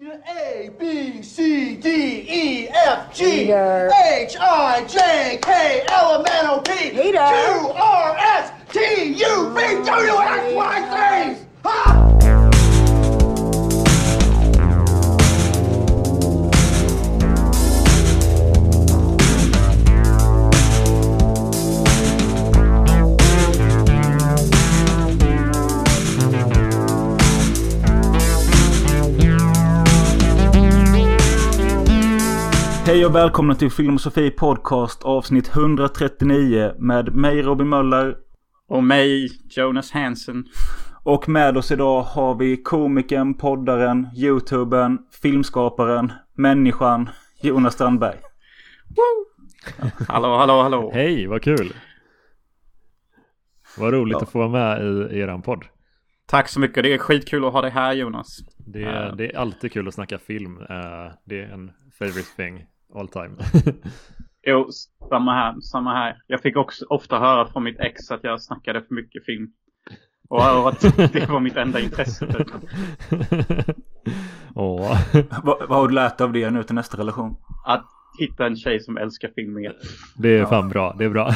A, B, C, D, E, F, G, H, I, J, K, L, M, N, O, P, Q, R, S, T, U, V, W, X, Y, Z! Ha! Hej och välkomna till Film och Sofie podcast avsnitt 139 med mig Robin Möller och mig Jonas Hansen. Och med oss idag har vi komikern, poddaren, youtubern, filmskaparen, människan Jonas Strandberg. Woo! Hallå. Hej, vad kul. Vad roligt att få vara med i eran podd. Tack så mycket, det är skitkul att ha dig här Jonas. Det är alltid kul att snacka film. Det är en favorite thing all time. Jo, samma här. Jag fick också ofta höra från mitt ex att jag snackade för mycket film. Och att det var mitt enda intresse. Vad har du lärt av det nu till nästa relation? Att hitta en tjej som älskar film mer. Det är fan bra, det är bra.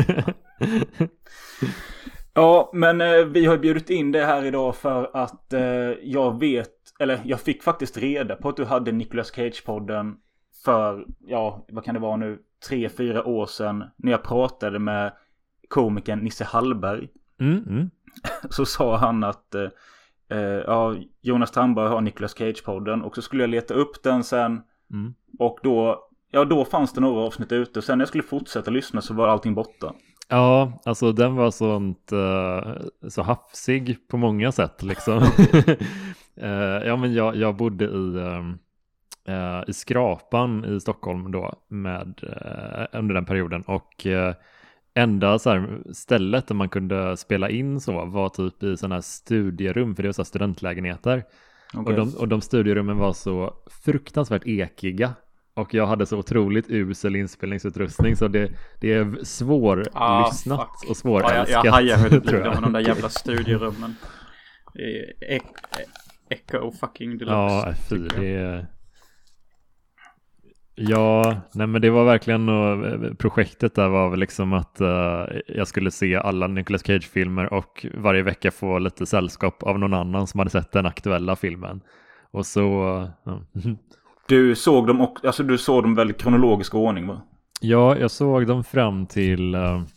Ja, men vi har bjudit in det här idag för att jag fick faktiskt reda på att du hade Nicolas Cage-podden för, vad kan det vara nu, 3-4 år sedan när jag pratade med komikern Nisse Hallberg. Så sa han att Jonas Strandberg har Nicolas Cage-podden och så skulle jag leta upp den sen och då fanns det några avsnitt ute och sen när jag skulle fortsätta lyssna så var allting borta. Ja, alltså den var så hafsig på många sätt liksom. Men jag bodde i Skrapan i Stockholm då under den perioden och enda så här stället där man kunde spela in så var typ i sådana här studierum, för det var så här studentlägenheter. Okay. Och de studierummen var så fruktansvärt ekiga. Och jag hade så otroligt usel inspelningsutrustning så det är svårlyssnat och svårälskat. Jag hajar lite om de där jävla studierummen. Echo fucking deluxe. Ja, fy, men det var verkligen projektet där var väl liksom att jag skulle se alla Nicolas Cage-filmer och varje vecka få lite sällskap av någon annan som hade sett den aktuella filmen. Och så... Du såg dem väldigt kronologisk ordning, va? Ja, jag såg dem fram till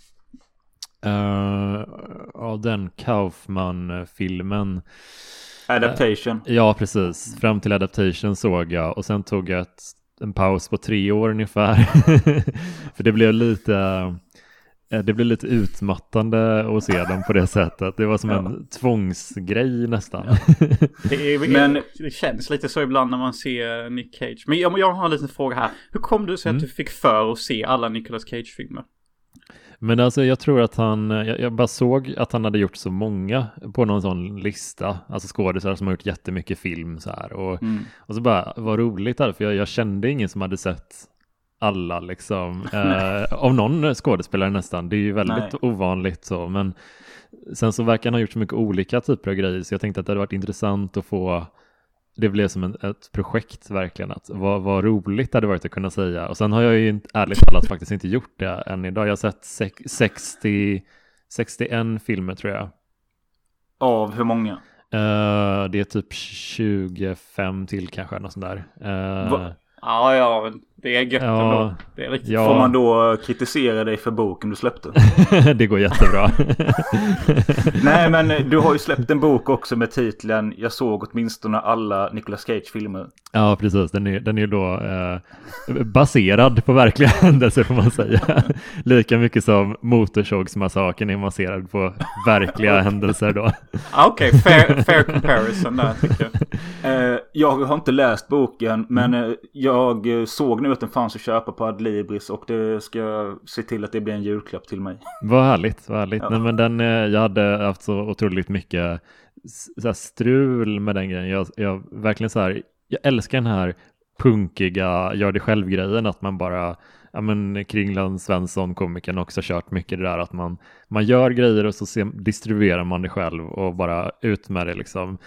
den Kaufman-filmen. Adaptation. Ja, precis. Fram till Adaptation såg jag. Och sen tog jag en paus på 3 år ungefär. För det blev lite utmattande att se dem på det sättet. Det var som en tvångsgrej nästan. Men det känns lite så ibland när man ser Nick Cage. Men jag har en liten fråga här. Hur kom du sig att du fick för att se alla Nicolas Cage-filmer? Men alltså jag tror att jag bara såg att han hade gjort så många på någon sån lista. Alltså skådespelare som har gjort jättemycket film så här. Och så bara, vad roligt där. För jag kände ingen som hade sett alla liksom av någon skådespelare nästan. Det är ju väldigt ovanligt så, men sen så verkar han ha gjort så mycket olika typer av grejer så jag tänkte att det hade varit intressant att få, det blev som ett projekt verkligen, att vad roligt det hade varit att kunna säga. Och sen har jag ju ärligt talat faktiskt inte gjort det än idag. Jag har sett 61 filmer tror jag. Av hur många? Det är typ 25 till kanske, något sånt där. Ja, det är gött ändå. Det är riktigt. Får man då kritisera dig för boken du släppte? Det går jättebra. Nej, men du har ju släppt en bok också med titeln Jag såg åtminstone alla Nicolas Cage-filmer. Ja, precis. Den är ju då baserad på verkliga händelser får man säga. Lika mycket som Motorsågsmassakern är baserad på verkliga händelser då. Okej, fair comparison där tycker jag. Jag har inte läst boken, men jag såg nu att den fanns att köpa på Adlibris och det ska se till att det blir en julklapp till mig. Vad härligt. Ja. Nej, men jag hade haft så otroligt mycket så här strul med den grejen. Jag verkligen så här, jag älskar den här punkiga gör det själv grejen, att man bara Kringland Svensson komikern också kört mycket det där att man gör grejer och så distribuerar man det själv och bara ut med det liksom.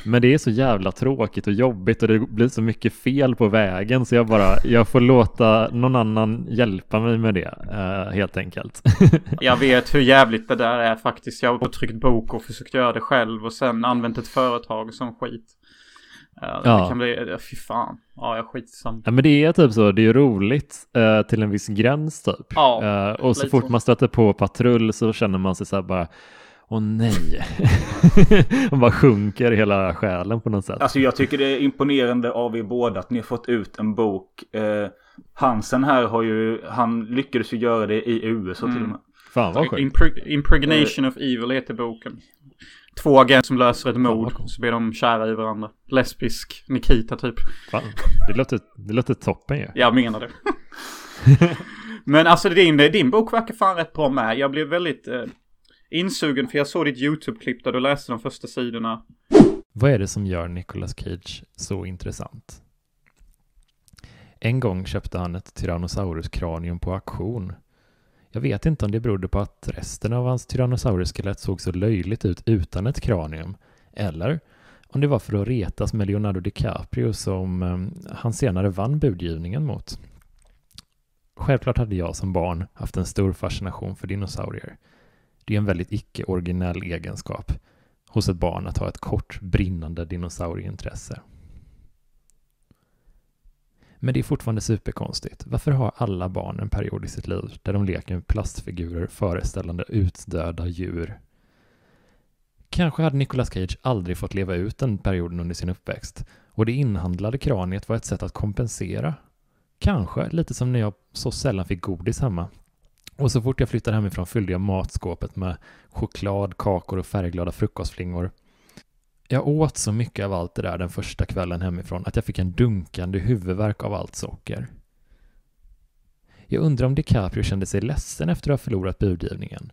Men det är så jävla tråkigt och jobbigt och det blir så mycket fel på vägen så jag får låta någon annan hjälpa mig med det helt enkelt. Jag vet hur jävligt det där är faktiskt. Jag har tryckt bok och försökt göra det själv och sen använt ett företag som skit. Det kan bli, fy fan. Ja, jag skiter. Ja, men det är typ så, det är roligt till en viss gräns typ. Ja, och så fort man stöter på patrull så känner man sig så här bara, åh nej. Man bara sjunker hela själen på något sätt. Alltså jag tycker det är imponerande av er båda att ni har fått ut en bok. Hansen här han lyckades ju göra det i USA till och med. Fan vad sjukt. Impregnation of Evil heter boken. 2 agenter som löser ett mord. Så blir de kära i varandra. Lesbisk Nikita typ. Fan, det låter toppen ju. Jag menar det. Men alltså din bok verkar fan rätt bra med. Jag blev väldigt insugen för jag såg ditt YouTube-klipp där du läste de första sidorna. Vad är det som gör Nicolas Cage så intressant? En gång köpte han ett Tyrannosaurus-kranium på auktion. Jag vet inte om det berodde på att resten av hans Tyrannosaurus-skelett såg så löjligt ut utan ett kranium. Eller om det var för att retas med Leonardo DiCaprio som han senare vann budgivningen mot. Självklart hade jag som barn haft en stor fascination för dinosaurier. Det är en väldigt icke-originell egenskap hos ett barn att ha ett kort brinnande dinosaurieintresse. Men det är fortfarande superkonstigt. Varför har alla barn en period i sitt liv där de leker med plastfigurer föreställande utdöda djur? Kanske hade Nicolas Cage aldrig fått leva ut den perioden under sin uppväxt och det inhandlade kraniet var ett sätt att kompensera. Kanske lite som när jag så sällan fick godis hemma. Och så fort jag flyttade hemifrån fyllde jag matskåpet med choklad, kakor och färgglada frukostflingor. Jag åt så mycket av allt det där den första kvällen hemifrån att jag fick en dunkande huvudvärk av allt socker. Jag undrar om DiCaprio kände sig ledsen efter att ha förlorat budgivningen.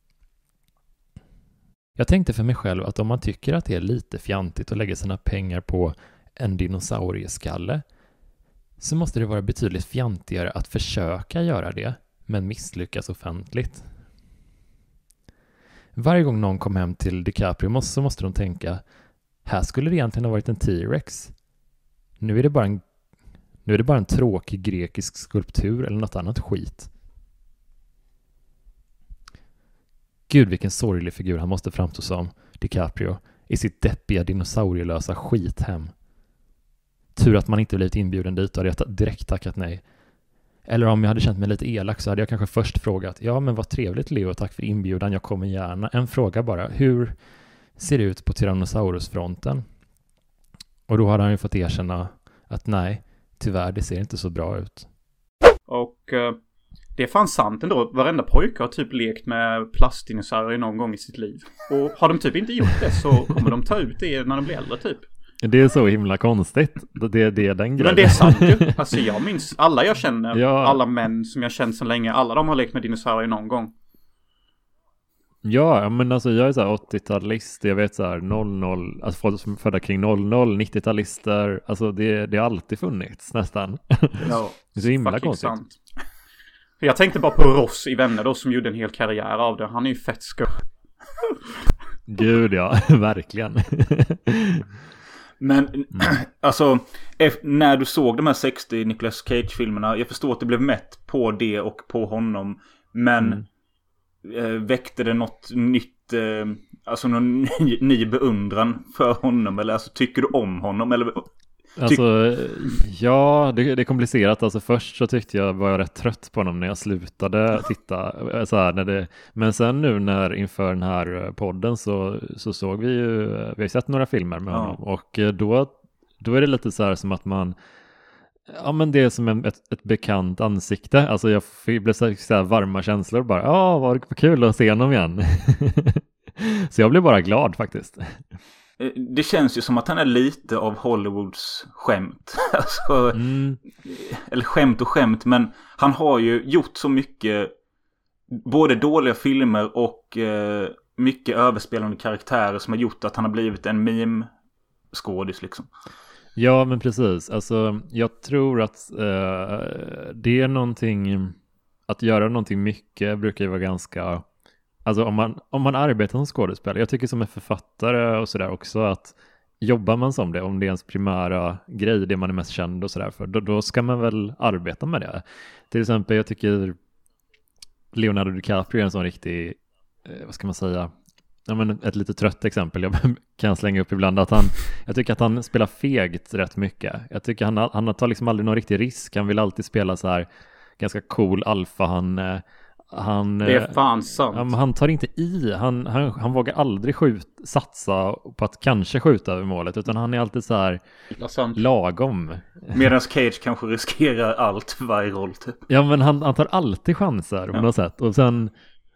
Jag tänkte för mig själv att om man tycker att det är lite fjantigt att lägga sina pengar på en dinosaurieskalle så måste det vara betydligt fjantigare att försöka göra det men misslyckas offentligt. Varje gång någon kom hem till DiCaprio så måste de tänka, här skulle det egentligen ha varit en T-Rex. Nu är det bara en tråkig grekisk skulptur eller något annat skit. Gud vilken sorglig figur han måste framstå som, DiCaprio, i sitt deppiga dinosaurielösa skithem. Tur att man inte blivit inbjuden dit och hade jag direkt tackat nej. Eller om jag hade känt mig lite elak så hade jag kanske först frågat, ja men vad trevligt Leo, tack för inbjudan, jag kommer gärna. En fråga bara, hur ser det ut på Tyrannosaurus-fronten? Och då hade han ju fått erkänna att nej, tyvärr det ser inte så bra ut. Och det är fan sant ändå, varenda pojke har typ lekt med plastdinosaurier någon gång i sitt liv. Och har de typ inte gjort det så kommer de ta ut det när de blir äldre typ. Det är så himla konstigt. Det är den grejen. Men det är sant ju. Alltså jag minns alla jag känner, alla män som jag känt sedan länge, alla de har lekt med dinosaurier någon gång. Ja, men alltså jag är så här 80-talist, jag vet så här 00, alltså folk som är födda kring 00, 90-talister, alltså det har alltid funnits nästan. Ja, det är så himla konstigt. Sant. Jag tänkte bara på Ross i Vänner då som gjorde en hel karriär av det. Han är ju fett skuff. Gud ja, verkligen. Men alltså när du såg de här 60 Nicolas Cage-filmerna, jag förstår att det blev mätt på det och på honom, men väckte det något nytt, alltså någon ny beundran för honom, eller alltså tycker du om honom eller? Alltså, ja, det är komplicerat. Alltså först så tyckte jag var rätt trött på honom när jag slutade titta. Så här, men sen nu inför den här podden så såg vi har sett några filmer med honom. Och då är det lite så här som att man, ja men det är som ett bekant ansikte. Alltså jag blev så här varma känslor bara, vad kul att se honom igen. Så jag blev bara glad faktiskt. Det känns ju som att han är lite av Hollywoods skämt. Alltså, eller skämt och skämt, men han har ju gjort så mycket, både dåliga filmer och mycket överspelande karaktärer som har gjort att han har blivit en meme-skådis liksom. Ja, men precis. Alltså, jag tror att det är någonting, att göra någonting mycket brukar ju vara ganska... Alltså om man arbetar som skådespelare, jag tycker som en författare och sådär också att jobbar man som det, om det är ens primära grej, det man är mest känd och sådär för, då ska man väl arbeta med det. Till exempel, jag tycker Leonardo DiCaprio är en sån riktig, vad ska man säga, ja, men ett lite trött exempel jag kan slänga upp ibland, att jag tycker att han spelar fegt rätt mycket. Jag tycker han tar liksom aldrig någon riktig risk. Han vill alltid spela så här ganska cool alfa. Han det är fan sant. Han tar inte i. Han vågar aldrig satsa på att kanske skjuta över målet, utan han är alltid så här lagom. Medan Cage kanske riskerar allt för varje roll typ. Ja, men han tar alltid chanser på något sätt. Och sen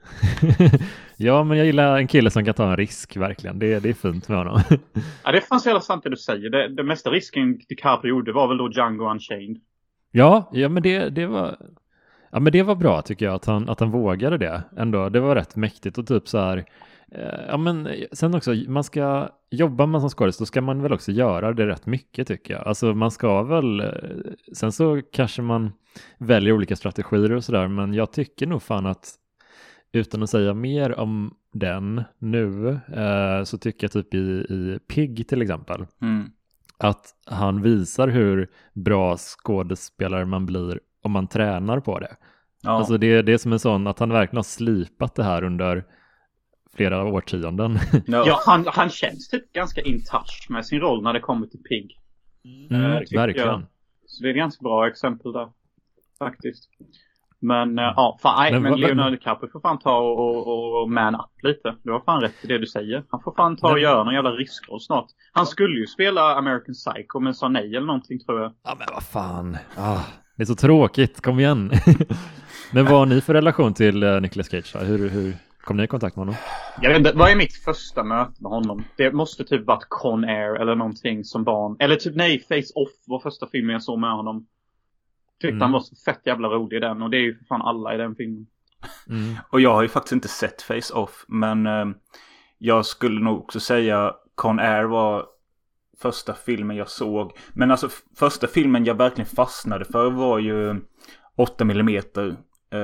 ja, men jag gillar en kille som kan ta en risk, verkligen. Det är fint med honom. Ja, det fanns jävla sant det du säger. Det mesta risken DiCaprio gjorde var väl då Django Unchained. Ja, men det var... Ja, men det var bra tycker jag att han vågade det ändå. Det var rätt mäktigt och typ så här... Ja, men sen också, man ska jobba med som skådis, då ska man väl också göra det rätt mycket tycker jag. Alltså man ska väl... Sen så kanske man väljer olika strategier och sådär, men jag tycker nog fan att utan att säga mer om den nu så tycker jag typ i Pig till exempel att han visar hur bra skådespelare man blir om man tränar på det. Ja. Alltså det är som en sån att han verkligen har slipat det här under flera årtionden. Ja, han känns typ ganska in touch med sin roll när det kommer till Pig. Verkligen. Så det är ett ganska bra exempel där faktiskt. Men men Leonardo DiCaprio får fan ta och man up lite. Du har fan rätt i det du säger. Han får fan ta och göra någon jävla riskroll snart. Han skulle ju spela American Psycho men sa nej eller någonting tror jag. Ja, men vad fan. Det är så tråkigt, kom igen. Men vad har ni för relation till Nicolas Cage? Hur kom ni i kontakt med honom? Jag vet inte, vad är mitt första möte med honom? Det måste typ varit Con Air eller någonting som barn. Eller typ Face Off var första filmen jag såg med honom. Tyckte han var så fett jävla rolig i den. Och det är ju för fan alla i den filmen. Och jag har ju faktiskt inte sett Face Off. Men jag skulle nog också säga Con Air var första filmen jag såg. Men alltså första filmen jag verkligen fastnade för var ju 8mm.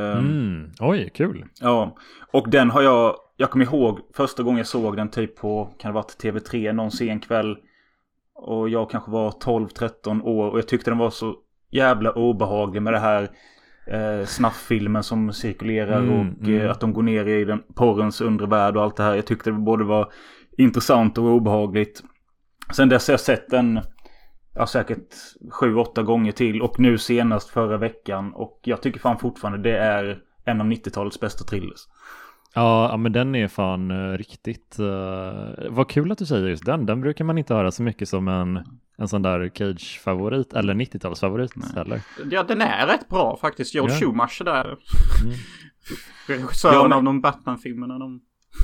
Oj, kul. Ja, och den har jag kommer ihåg första gången jag såg den typ på, kan det ha varit TV3 någon sen kväll. Och jag kanske var 12-13 år och jag tyckte den var så jävla obehaglig med det här snafffilmen som cirkulerar och att de går ner i den porrens undervärld och allt det här. Jag tyckte det både var intressant och obehagligt. Sen dess har jag sett den säkert 7-8 gånger till och nu senast förra veckan och jag tycker fan fortfarande det är en av 90-talets bästa thrillers. Ja, men den är fan riktigt vad kul att du säger just den. Den brukar man inte höra så mycket som en sån där Cage-favorit eller 90-talsfavorit eller? Ja, den är rätt bra faktiskt. Joel Schumacher där. Regissören av de Batman-filmerna.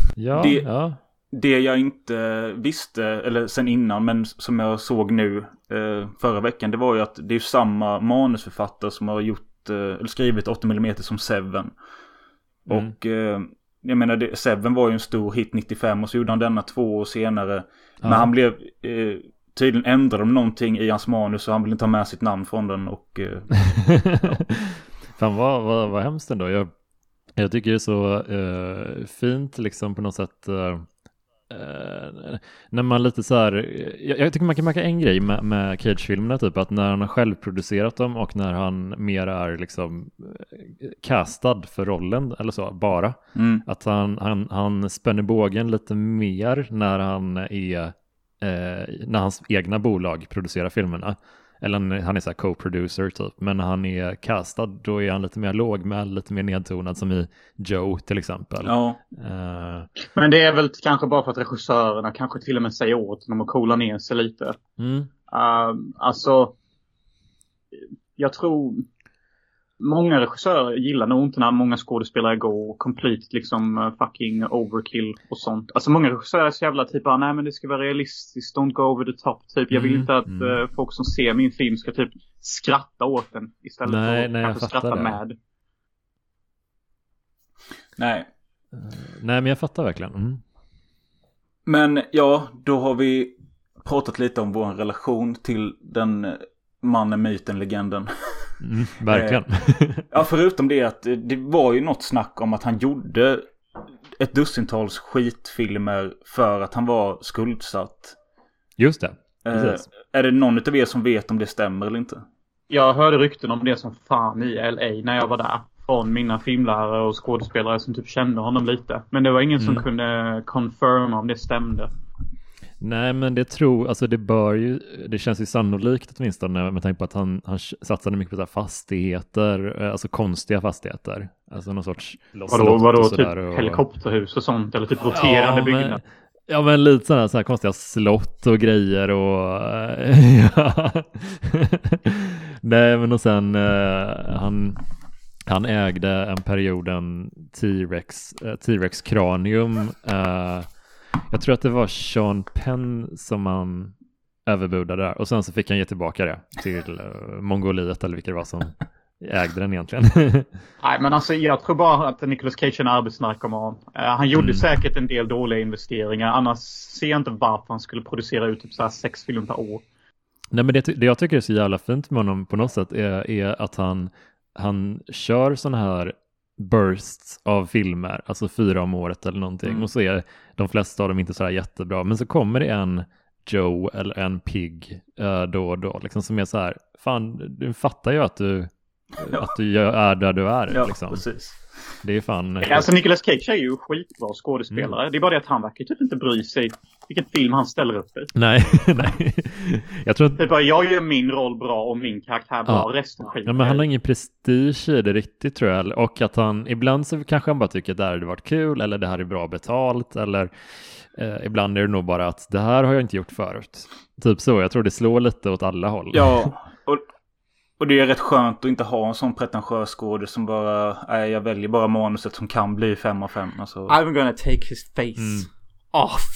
Det jag inte visste, eller sen innan, men som jag såg nu förra veckan, det var ju att det är samma manusförfattare som har gjort eller skrivit 8mm som Seven. Och jag menar, Seven var ju en stor hit 95 och så gjorde han denna 2 år senare. Men han blev tydligen ändrade de någonting i hans manus och han ville inte ha med sitt namn från den. Och, Fan vad hemskt ändå. Jag tycker det är så fint liksom på något sätt. När man lite så här, jag tycker man kan märka en grej med Cage-filmerna typ, att när han har själv producerat dem och när han mer är liksom castad för rollen eller så, bara att han spänner bågen lite mer när han är när hans egna bolag producerar filmerna. Eller han är så här co-producer typ. Men när han är castad, då är han lite mer lågmäld, lite mer nedtonad, som i Joe till exempel. Ja. Men det är väl kanske bara för att regissörerna kanske till och med säger åt dem att coola ner sig lite. Alltså, jag tror många regissörer gillar nog inte när många skådespelare går complete liksom fucking overkill och sånt. Alltså många regissörer är så jävla typ nej men det ska vara realistiskt, don't go over the top typ. Jag vill inte att folk som ser min film ska typ skratta åt den istället för att kanske skratta med. Nej, men jag fattar verkligen. Men ja, då har vi pratat lite om vår relation till den mannen, myten, legenden. Verkligen. Ja, förutom det att det var ju något snack om att han gjorde ett dussintals skitfilmer för att han var skuldsatt. Just det. Är det någon av er som vet om det stämmer eller inte? Jag hörde rykten om det som fan i LA när jag var där. Från mina filmlärare och skådespelare som typ kände honom lite. Men det var ingen som kunde confirma om det stämde. Nej, men det känns ju sannolikt åtminstone med tanke på att han satsade mycket på så här fastigheter, alltså konstiga fastigheter. Alltså någon sorts vadå typ helikopterhus och sånt eller typ roterande byggnader. Ja, men lite sådana så här konstiga slott och grejer och ja. Nej, men och sen han ägde en period en T-Rex kranium. Jag tror att det var Sean Penn som han överbudade där. Och sen så fick han ge tillbaka det till Mongoliet eller vilka det var som ägde den egentligen. Nej, men alltså jag tror bara att Nicolas Cage är en arbetsnarkoman. Han gjorde säkert en del dåliga investeringar. Annars ser jag inte varför han skulle producera ut typ så här 6 filmer per år. Nej, men det jag tycker är så jävla fint med honom på något sätt är att han kör såna här bursts av filmer, alltså 4 om året eller någonting, och så är de flesta av dem inte så här jättebra, men så kommer det en Joe eller en Pig då och då liksom, som är så här, fan, du fattar ju att du är där du är. Ja, liksom. Precis. Det är fan... Alltså Nicolas Cage är ju skitbra skådespelare. Det är bara det att han verkar typ inte bry sig vilken film han ställer upp i. Nej. Jag tror att... Det är bara, jag gör min roll bra och min karaktär bra, resten skit. Ja, men han har ingen prestige i det riktigt, tror jag. Och att han, ibland så kanske han bara tycker att det här hade varit kul, eller det här är bra betalt, eller ibland är det nog bara att det här har jag inte gjort förut. Typ så, jag tror det slår lite åt alla håll. Ja, och det är rätt skönt att inte ha en sån pretentiös skådespelare som bara, jag väljer bara manuset som kan bli 5 av 5. Alltså. I'm gonna take his face off.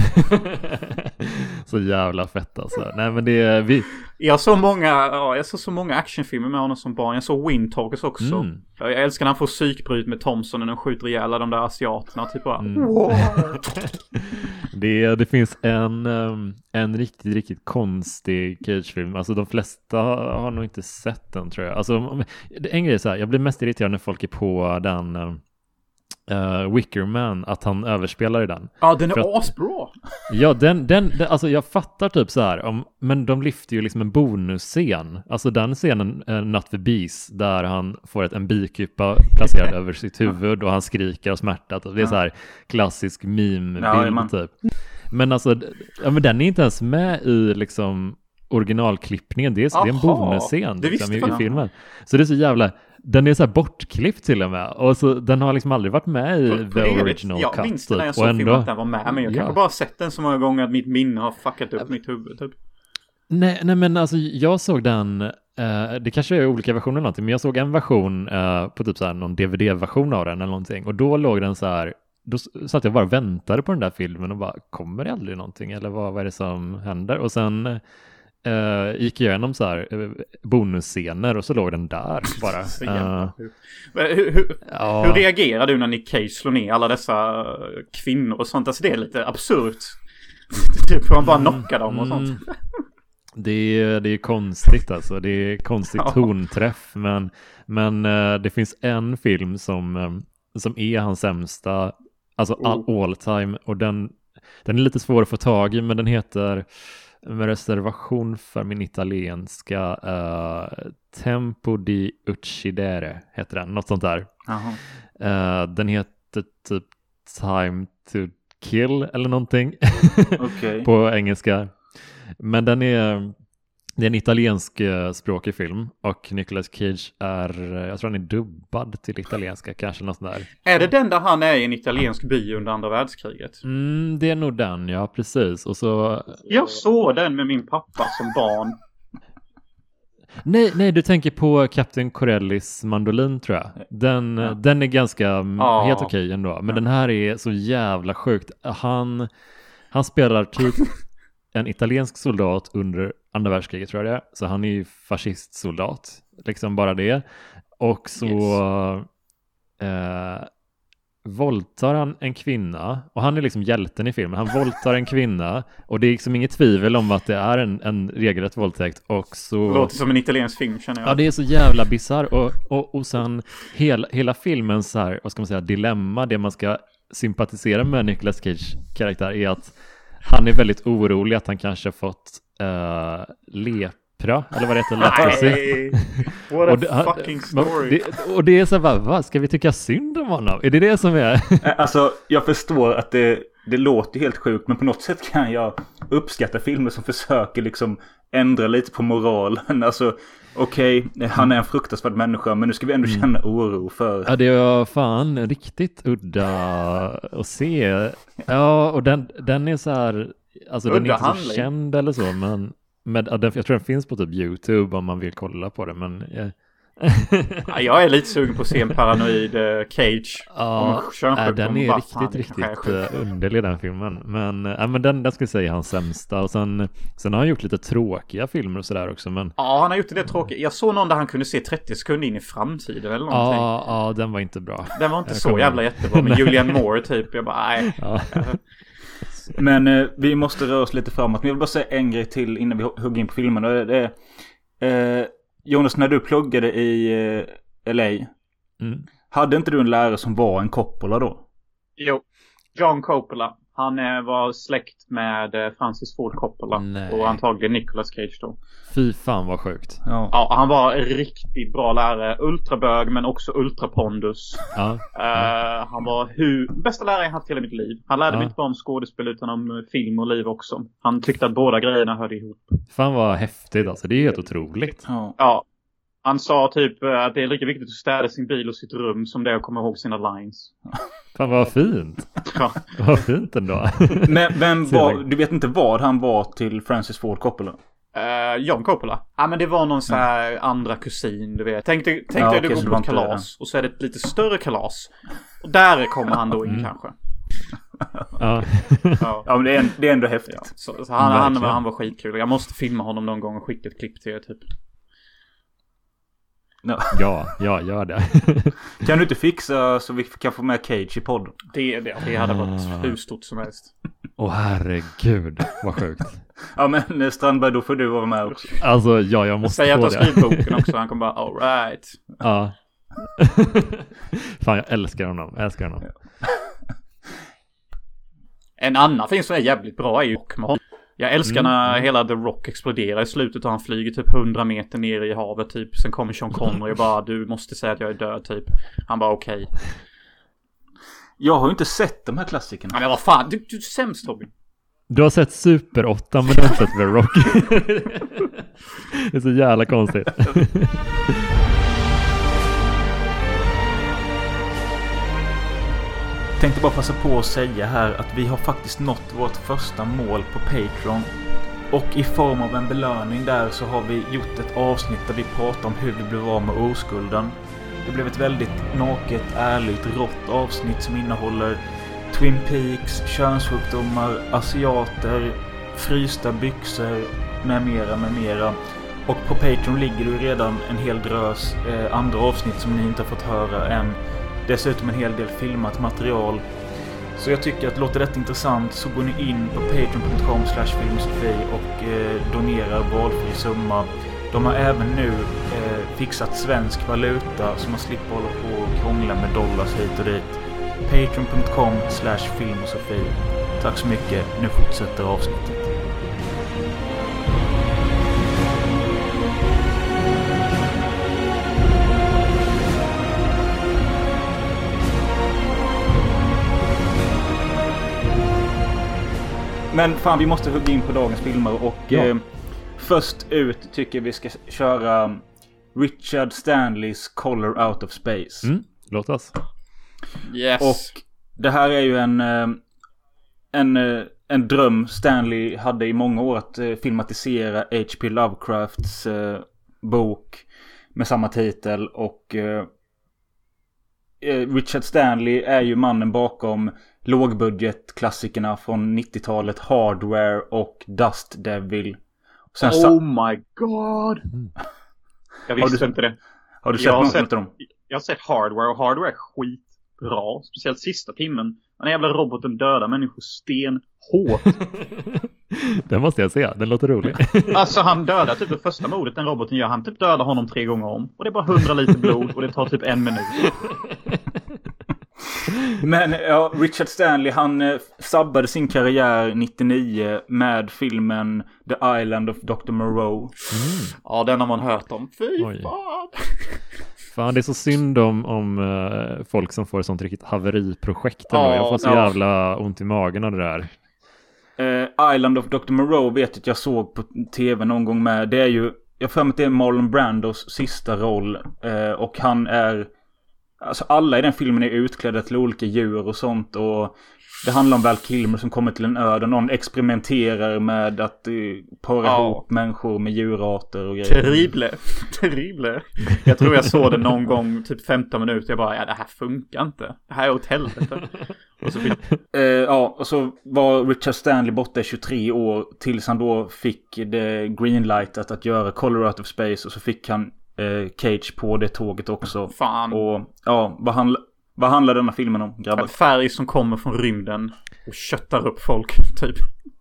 Så jävla fett alltså. Nej, men det är jag såg så många actionfilmer med honom som barn. Jag såg Wind Talkers också. Jag älskar när han får psykbryt med Thompson när de skjuter ihjäl de där asiaterna typ bara. Det finns en riktigt, riktigt konstig Cage-film. Alltså de flesta har nog inte sett den, tror jag. Alltså en grej är så här, jag blir mest irriterad när folk är på den Wickerman, att han överspelar i den. Ja, den är asbra. Ja, den alltså jag fattar typ så här, men de lyfter ju liksom en bonusscen. Alltså den scenen, Not the Beast, där han får en bikupa placerad över sitt huvud och han skriker av smärta. Det är så här klassisk meme-bild typ. Men alltså, men den är inte ens med i liksom originalklippningen. Det är en bonusscen liksom, i filmen. Så det är så jävla... Den är så här bortklippt till och med. Och så, den har liksom aldrig varit med i the original cut. Jag minns när jag såg filmen att den var med. Men jag kanske bara sett den så många gånger att mitt minne har fuckat upp mitt huvud typ. Nej, men alltså jag såg den... det kanske är olika versioner eller någonting. Men jag såg en version på typ så här någon DVD-version av den eller någonting. Och då låg den så här... Då satt jag bara och väntade på den där filmen och bara, kommer det aldrig någonting? Eller vad är det som händer? Och sen... gick jag igenom så här bonusscener och så låg den där bara. Hur reagerar du när Nick Cage slår ner alla dessa kvinnor och sånt? Alltså det är lite absurt. Typ hur man bara knockar dem och sånt. Det är konstigt alltså. Det är konstigt tonträff. Men det finns en film som är hans sämsta, alltså all time. Och den är lite svår att få tag i, men den heter, med reservation för min italienska, Tempo di Uccidere heter den, något sånt där. Den heter typ Time to Kill eller någonting. På engelska. Men det är en italiensk språkig film, och Nicolas Cage jag tror han är dubbad till italienska, kanske något sånt där. Är det den där han är i en italiensk by under andra världskriget? Det är nog den, ja, precis. Och så... Jag såg den med min pappa som barn. Nej, du tänker på Captain Corellis mandolin, tror jag. Den är ganska helt okej ändå. Men den här är så jävla sjukt. Han spelar typ en italiensk soldat under andra världskriget, tror jag det är. Så han är ju fascistsoldat. Liksom bara det. Och så våldtar han en kvinna. Och han är liksom hjälten i filmen. Han våldtar en kvinna. Och det är liksom inget tvivel om att det är en regelrätt våldtäkt. Och så... Det låter som en italiensk film, känner jag. Ja, det är så jävla bizarr. Och sen hela filmens så här, vad ska man säga, dilemma. Det man ska sympatisera med Nicolas Cage karaktär är att han är väldigt orolig att han kanske fått lepra, eller vad det heter, leprosy. What a fucking story. Och det är så här, vad ska vi tycka synd om honom? Är det som är? Alltså, jag förstår att det låter helt sjukt, men på något sätt kan jag uppskatta filmer som försöker liksom ändra lite på moralen. Alltså, okej, han är en fruktansvärd människa, men nu ska vi ändå känna oro för... Ja, det var fan riktigt udda att se. Ja, och den är så här... Alltså den är inte så känd eller så, men jag tror den finns på typ YouTube om man vill kolla på det, men... Jag är lite sugen på att se en paranoid Cage. Ja, den är riktigt underlig, den filmen. Men den ska jag säga hans sämsta. Och sen har han gjort lite tråkiga filmer och sådär också. Men... Ja, han har gjort det tråkigt. Jag såg någon där han kunde se 30 sekunder in i framtiden eller någonting. Ja, den var inte bra. Den var inte så jävla jättebra. Men Julianne Moore typ, jag bara, nej. Ja. Men vi måste röra oss lite framåt. Men jag vill bara säga en grej till innan vi hugger in på filmen. Det är... Jonas, när du pluggade i LA, hade inte du en lärare som var en Coppola då? Jo, John Coppola. Han var släkt med Francis Ford Coppola. Nej. Och antagligen Nicolas Cage då. Fy fan vad sjukt. Ja, han var en riktigt bra lärare. Ultrabög men också ultrapondus. Han var bästa lärare jag haft hela mitt liv. Han lärde mig inte bara om skådespel utan om film och liv också. Han tyckte att båda grejerna hörde ihop. Fan vad häftigt alltså. Det är helt otroligt. Ja. Han sa typ att det är lika viktigt att städa sin bil och sitt rum som det att komma ihåg sina lines. Fan vad fint. Ja. Vad fint ändå. Men du vet inte vad han var till Francis Ford Coppola? John Coppola. Ja, men det var någon så här andra kusin, du vet. Tänk dig att du går på ett kalas och så är det ett lite större kalas. Och där kommer han då in kanske. Ja, men det är ändå häftigt. Ja. Så han var skitkul. Jag måste filma honom någon gång och skicka ett klipp till er typ. No. Ja, gör det. Kan du inte fixa så vi kan få med Cage i podden? Det hade varit hur stort som helst. Herregud, vad sjukt. Ja, men Strandberg, då får du vara med också. Alltså, jag måste säga att jag skriver boken också. Han kommer bara, all right. Ja. Fan, jag älskar honom. Ja. En annan film som är jävligt bra är ju Rock. Jag älskar när hela The Rock exploderar i slutet och han flyger typ 100 meter ner i havet typ. Sen kommer Sean Connery och bara, du måste säga att jag är död typ. Han bara, okej. Jag har ju inte sett de här klassikerna. Men vad fan, du är sämst, Robin. Du har sett Super 8, men du har inte sett The Rock. Det är så jävla konstigt. Tänkte bara passa på att säga här att vi har faktiskt nått vårt första mål på Patreon. Och i form av en belöning där så har vi gjort ett avsnitt där vi pratar om hur vi blev av med oskulden. Det blev ett väldigt naket, ärligt, rått avsnitt som innehåller Twin Peaks, könssjukdomar, asiater, frysta byxor med mera. Och på Patreon ligger det redan en hel drös andra avsnitt som ni inte har fått höra än. Dessutom en hel del filmat material. Så jag tycker att låter detta intressant så går ni in på patreon.com/filmosofi och donerar valfri summa. De har även nu fixat svensk valuta så man slipper hålla på och krångla med dollars hit och dit. Patreon.com/filmosofi. Tack så mycket. Nu fortsätter avsnittet. Men fan, vi måste hugga in på dagens filmer och först ut tycker vi ska köra Richard Stanleys Color Out of Space. Låt oss. Yes. Och det här är ju en dröm Stanley hade i många år att filmatisera H.P. Lovecrafts bok med samma titel. Och Richard Stanley är ju mannen bakom lågbudgetklassikerna från 90-talet, Hardware och Dust Devil. Sen oh my god! Jag visste inte det. Har du sett något av dem? Jag har sett Hardware och Hardware är skitbra. Speciellt sista timmen. Den jävla roboten dödar människor stenhårt. Den måste jag se, den låter rolig. Alltså han dödar typ det första mordet den roboten gör. Han typ dödar honom 3 gånger om. Och det är bara 100 liter blod och det tar typ 1 minut. Men ja, Richard Stanley, han sabbade sin karriär 99 med filmen The Island of Dr. Moreau. Ja, den har man hört om. Fy Oj. fan. Fan, det är så synd om folk som får ett sånt riktigt haveriprojekt. Jag får så jävla ont i magen av det där. Island of Dr. Moreau vet att jag såg på tv någon gång med. Det är ju, jag för mig att det är Marlon Brandos sista roll. Och han är, alltså alla i den filmen är utklädda till olika djur och sånt. Och det handlar om Val Kilmer som kommer till en ö där någon experimenterar med att para ihop människor med djurarter och grejer. Terrible. Jag tror jag såg det någon gång, typ 15 minuter. Jag bara, det här funkar inte. Det här är åt helvete. Och så och så var Richard Stanley borta i 23 år tills han då fick det greenlightat att göra Color Out of Space. Och så fick han Cage på det tåget också. Fan. Och vad handlar denna filmen om, grabbar? En färg som kommer från rymden och köttar upp folk, typ.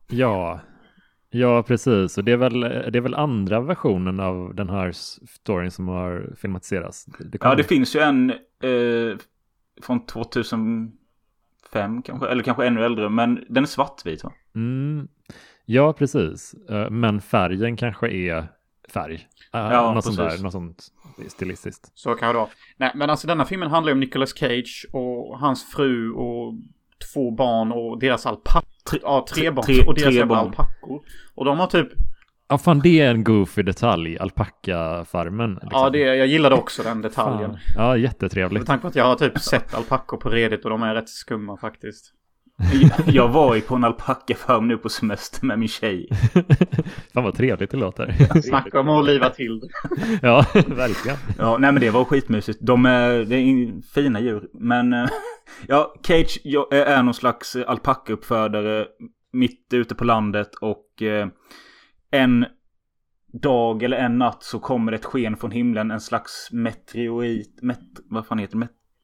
Ja, precis. Och det är väl andra versionen av den här storyn som har filmatiserats. Det finns ju en från 2005 kanske, eller kanske ännu äldre, men den är svartvit, va? Ja, precis. Men färgen kanske är färg. Något sånt stilistiskt. Så kan det vara. Nej, men alltså denna filmen handlar ju om Nicolas Cage och hans fru och 2 barn och deras alpackor. 3 barn och deras jävla alpackor. Och de har typ... Ja, fan, det är en goofy detalj, alpackafarmen. Liksom. Ja, jag gillade också den detaljen. Fan. Ja, jättetrevligt. Med tanke på att jag har typ sett alpackor på Reddit och de är rätt skumma faktiskt. Jag var ju på en alpackafarm nu på semester med min tjej. Fan vad trevligt det låter. Snacka om att liva till. Ja, verkligen. Ja, nej men det var skitmysigt. Det är fina djur. Men Cage är någon slags alpackauppfödare mitt ute på landet. Och en dag eller en natt så kommer ett sken från himlen. En slags meteorit. Vad fan heter det?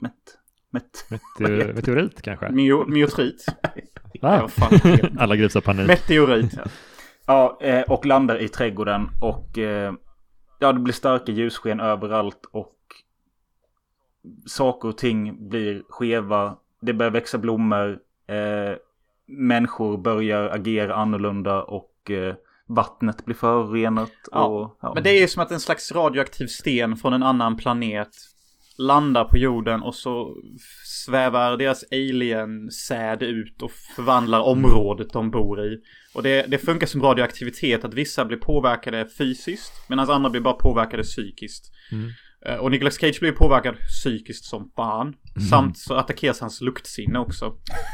Meteorit kanske? Meteorit. Alla grips av panik. Meteorit. Ja, och landar i trädgården. Och det blir starka ljussken överallt. Och saker och ting blir skeva. Det börjar växa blommor. Människor börjar agera annorlunda. Och vattnet blir förorenat. Men det är ju som att en slags radioaktiv sten från en annan planet landar på jorden och så svävar deras alien-säd ut och förvandlar området de bor i. Och det funkar som radioaktivitet att vissa blir påverkade fysiskt medan andra blir bara påverkade psykiskt. Och Nicolas Cage blir påverkad psykiskt som fan. Samt så attackeras hans luktsinne också.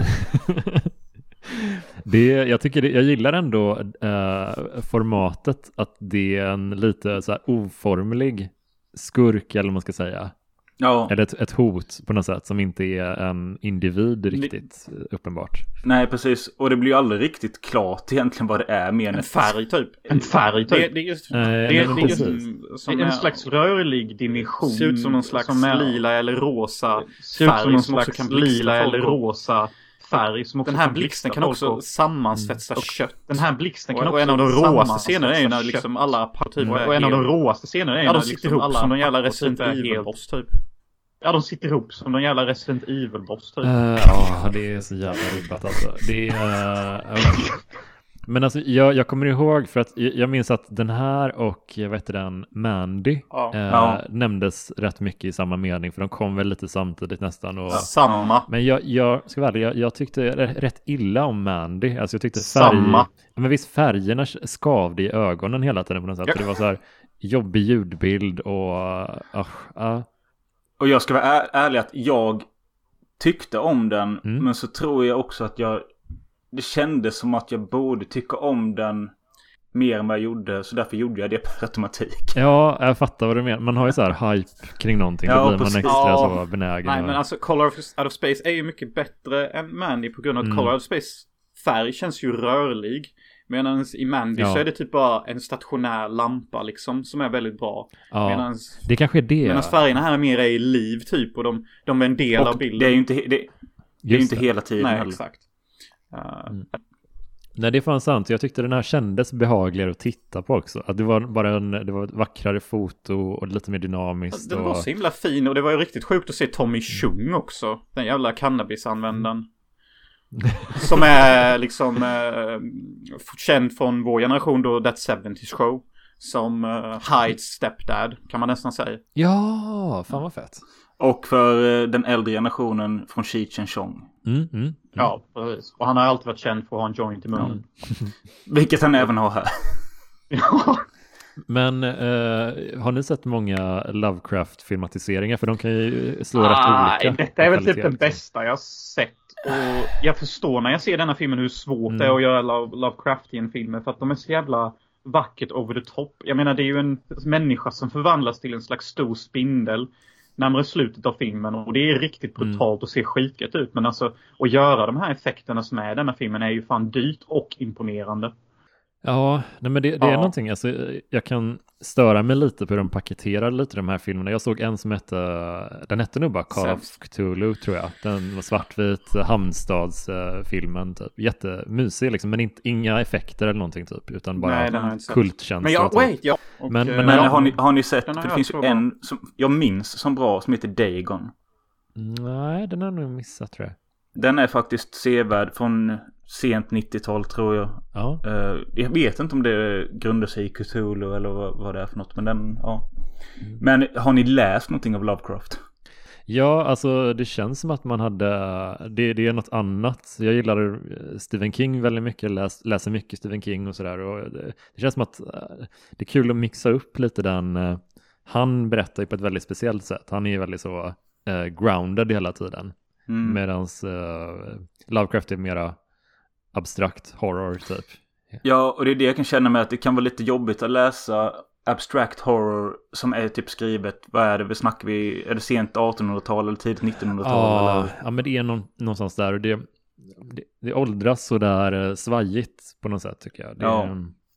Jag gillar ändå formatet att det är en lite så här oformlig skurk eller vad man ska säga. Ja. Eller ett hot på något sätt som inte är en individ riktigt uppenbart. Nej, precis. Och det blir ju aldrig riktigt klart egentligen vad det är. Mer en färg typ. Det är just som en slags rörlig dimension. Ser ut som någon slags lila eller rosa färg som också kan lila eller rosa färg som också den här blixten kan också sammansvetsa kött. Den här blixten kan också en av de råaste scenerna är ju när liksom alla partier och en av de råaste scenerna är när de sitter ihop som de jävla Resident Evil-boss typ. Ja, de sitter ihop som de jävla Resident Evil-boss typ. Ja, det är så jävla ribbat alltså. Det är... Men alltså, jag kommer ihåg för att jag minns att den här och Mandy nämndes rätt mycket i samma mening för de kom väl lite samtidigt nästan. Och, samma. Men jag ska väl jag tyckte rätt illa om Mandy. Alltså jag tyckte men visst färgerna skavde i ögonen hela tiden på något sätt. Ja. För det var så här jobbig ljudbild och jag ska vara ärlig att jag tyckte om den men så tror jag också att det kändes som att jag borde tycka om den mer än vad jag gjorde. Så därför gjorde jag det per automatik. Ja, jag fattar vad du menar. Man har ju så här hype kring någonting. Då blir man extra så benägen. Nej, men alltså Color Out of Space är ju mycket bättre än Mandy på grund av att Color Out of Space färg känns ju rörlig. Medan i Mandy så är det typ bara en stationär lampa liksom som är väldigt bra. Ja, det kanske är det. Medan färgerna här är mer i liv typ och de är en del av bilden. Det är ju inte hela tiden. Nej, heller. Exakt. Nej, det är fan sant. Jag tyckte den här kändes behagligare att titta på också. Att det var bara det var ett vackrare foto och lite mer dynamiskt. Den var så himla fin och det var ju riktigt sjukt att se Tommy Chung också. Den jävla cannabisanvändaren. Som är liksom känd från vår generation då, That 70's Show. Som Hyde's stepdad, kan man nästan säga. Ja, fan vad fett. Och för den äldre generationen från Cheech and Chong. Ja, precis. Och han har alltid varit känd för att ha en joint i munnen. Vilket han även har här. Ja. Men har ni sett många Lovecraft-filmatiseringar? För de kan ju slå rätt olika. Detta är väl typ den bästa jag har sett. Och jag förstår när jag ser denna filmen hur svårt det är att göra Lovecraftian-filmer. För att de är så jävla vackert over the top. Jag menar, det är ju en människa som förvandlas till en slags stor spindel närmare slutet av filmen. Och det är riktigt brutalt och ser skitgött ut. Men alltså, att göra de här effekterna som är i denna filmen är ju fan dyrt och imponerande. Ja, nej men det är någonting. Alltså, jag kan störa mig lite på hur de paketerar lite de här filmerna. Jag såg en som den hette nog bara Call of Cthulhu, tror jag. Den var svartvit, Hamnstadsfilmen typ. Jättemysig liksom, men inga effekter eller någonting typ, utan bara kultkänsla. Men Men har ni sett, för det finns ju en som jag minns som bra, som heter Dagon. Nej, den har jag nog missat, tror jag. Den är faktiskt sevärd från sent 90-tal, tror jag. Ja. Jag vet inte om det grundar sig i Cthulhu eller vad det är för något. Men den, ja. Men har ni läst någonting av Lovecraft? Ja, alltså det känns som att man hade... Det är något annat. Jag gillar Stephen King väldigt mycket. Läser mycket Stephen King och sådär. Och det känns som att det är kul att mixa upp lite den... Han berättar ju på ett väldigt speciellt sätt. Han är ju väldigt så grounded hela tiden. Medans Lovecraft är mera abstrakt horror typ. Ja, och det är det jag kan känna med, att det kan vara lite jobbigt att läsa abstract horror som är typ skrivet, vad är det, snackar vi, är det sent 1800-tal eller tidigt 1900-tal? Eller? Ja, men det är någonstans där, och det åldras så där svajigt på något sätt, tycker jag.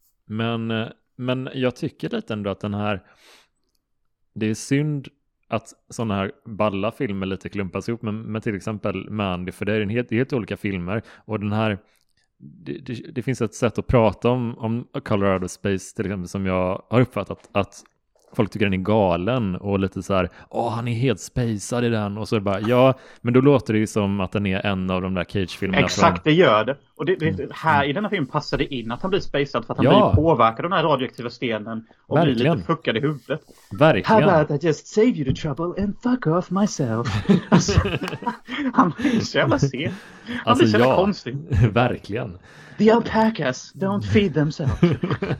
Men jag tycker lite ändå att den här, det är synd att sådana här balla filmer lite klumpas ihop med till exempel Mandy, för det är helt olika filmer, och den här det finns ett sätt att prata om Color Out of Space till exempel, som jag har uppfattat att folk tycker den är galen och lite så här, han är helt spacad i den, och så är det bara, ja, men då låter det ju som att den är en av de där Cage-filmerna. Exakt, det gör det. Och det här i denna film passar det in att han blir spacad, för att han blir påverkad av den här radioaktiva stenen och blir lite fuckad i huvudet. Verkligen. How about I just save you the trouble and fuck off myself? Alltså, han blir så jävla sen. Han blir så jävla konstig. Verkligen. The alpacas don't feed themselves.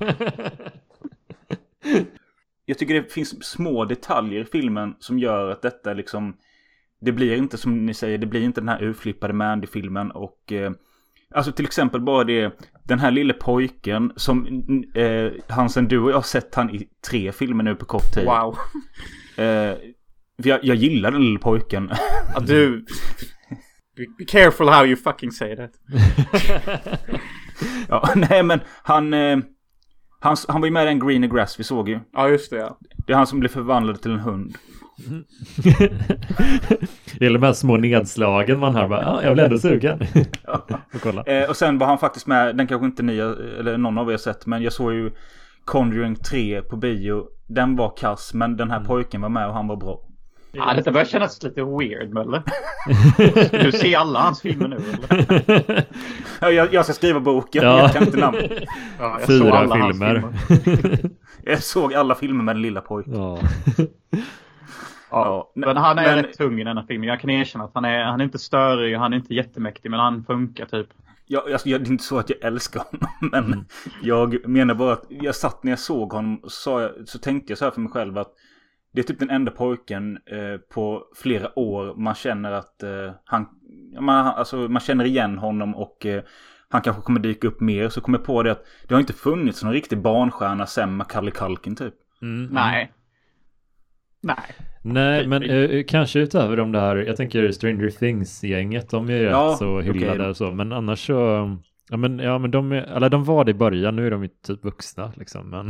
Jag tycker det finns små detaljer i filmen som gör att detta liksom, det blir inte, som ni säger, det blir inte den här urflippade Mandy-filmen. Och alltså till exempel bara den här lille pojken som Hansen, du och jag har sett han i 3 filmer nu på kort tid. Wow. Jag gillar den lille pojken. Du, be careful how you fucking say that. Ja, nej, men han var ju med i den Greener Grass vi såg ju. Ja, just det, ja. Det är han som blev förvandlad till en hund. Det är de här små nedslagen man har bara, jag blev ändå sugen. Kolla. Och sen var han faktiskt med, den kanske inte ni eller någon av er sett, men jag såg ju Conjuring 3 på bio. Den var kass, men den här pojken var med och han var bra. Ja, det börjar kännas lite weird, Mölle. Du ser alla hans filmer nu, eller? Jag ska skriva boken, jag kan inte namn. Ja, 4 filmer. Jag såg alla filmer med den lilla pojken. Ja, men han är rätt tung i denna filmen. Jag kan erkänna att han är inte störig, han är inte jättemäktig, men han funkar typ. Det är inte så att jag älskar honom, men jag menar bara att jag satt när jag såg honom så tänkte jag så här för mig själv att det är typ den enda pojken på flera år man känner att man känner igen honom, och han kanske kommer dyka upp mer. Så kommer jag på det att det har inte funnits någon riktig barnstjärna sen Macaulay Culkin typ. Nej, men kanske utöver de där, jag tänker Stranger Things-gänget, de är rätt så hyllade och så, men annars så men de var det i början, nu är de ju typ vuxna liksom, men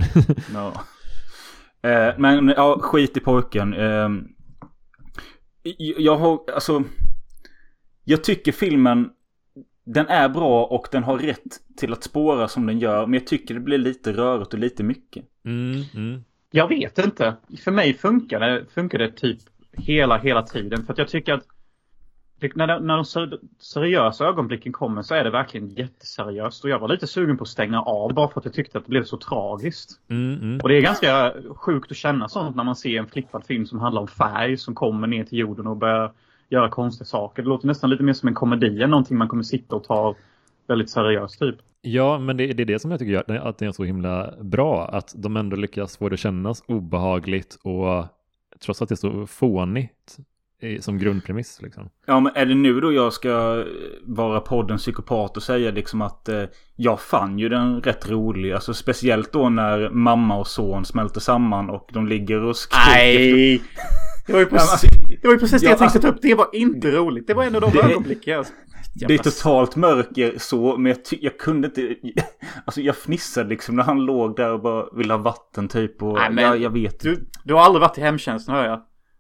men ja, skit i pojken. Jag tycker filmen, den är bra och den har rätt till att spåra som den gör. Men jag tycker det blir lite rörigt och lite mycket. Jag vet inte. För mig funkar det typ hela tiden. För att jag tycker att när de seriösa ögonblicken kommer så är det verkligen jätteseriöst. Och jag var lite sugen på att stänga av bara för att jag tyckte att det blev så tragiskt. Och det är ganska sjukt att känna sånt när man ser en flippad film som handlar om färg som kommer ner till jorden och börjar göra konstiga saker. Det låter nästan lite mer som en komedi än någonting man kommer sitta och ta väldigt seriöst typ. Ja, men det är det som jag tycker gör att det är så himla bra. Att de ändå lyckas få det kännas obehagligt och trots att det är så fånigt som grundpremiss liksom. Ja, men är det nu då jag ska vara poddens psykopat och säga liksom att jag fann ju den rätt rolig. Alltså speciellt då när mamma och son smälter samman och de ligger och skriker. Nej! Det var ju precis det jag tänkte ta upp. Det var inte roligt. Det var en av de ögonblicken. Det är totalt mörker så, men jag kunde inte. Alltså jag fnissade liksom när han låg där och bara ville ha vatten typ. Och nej, men jag vet. Du har aldrig varit i hemtjänsten, hör jag.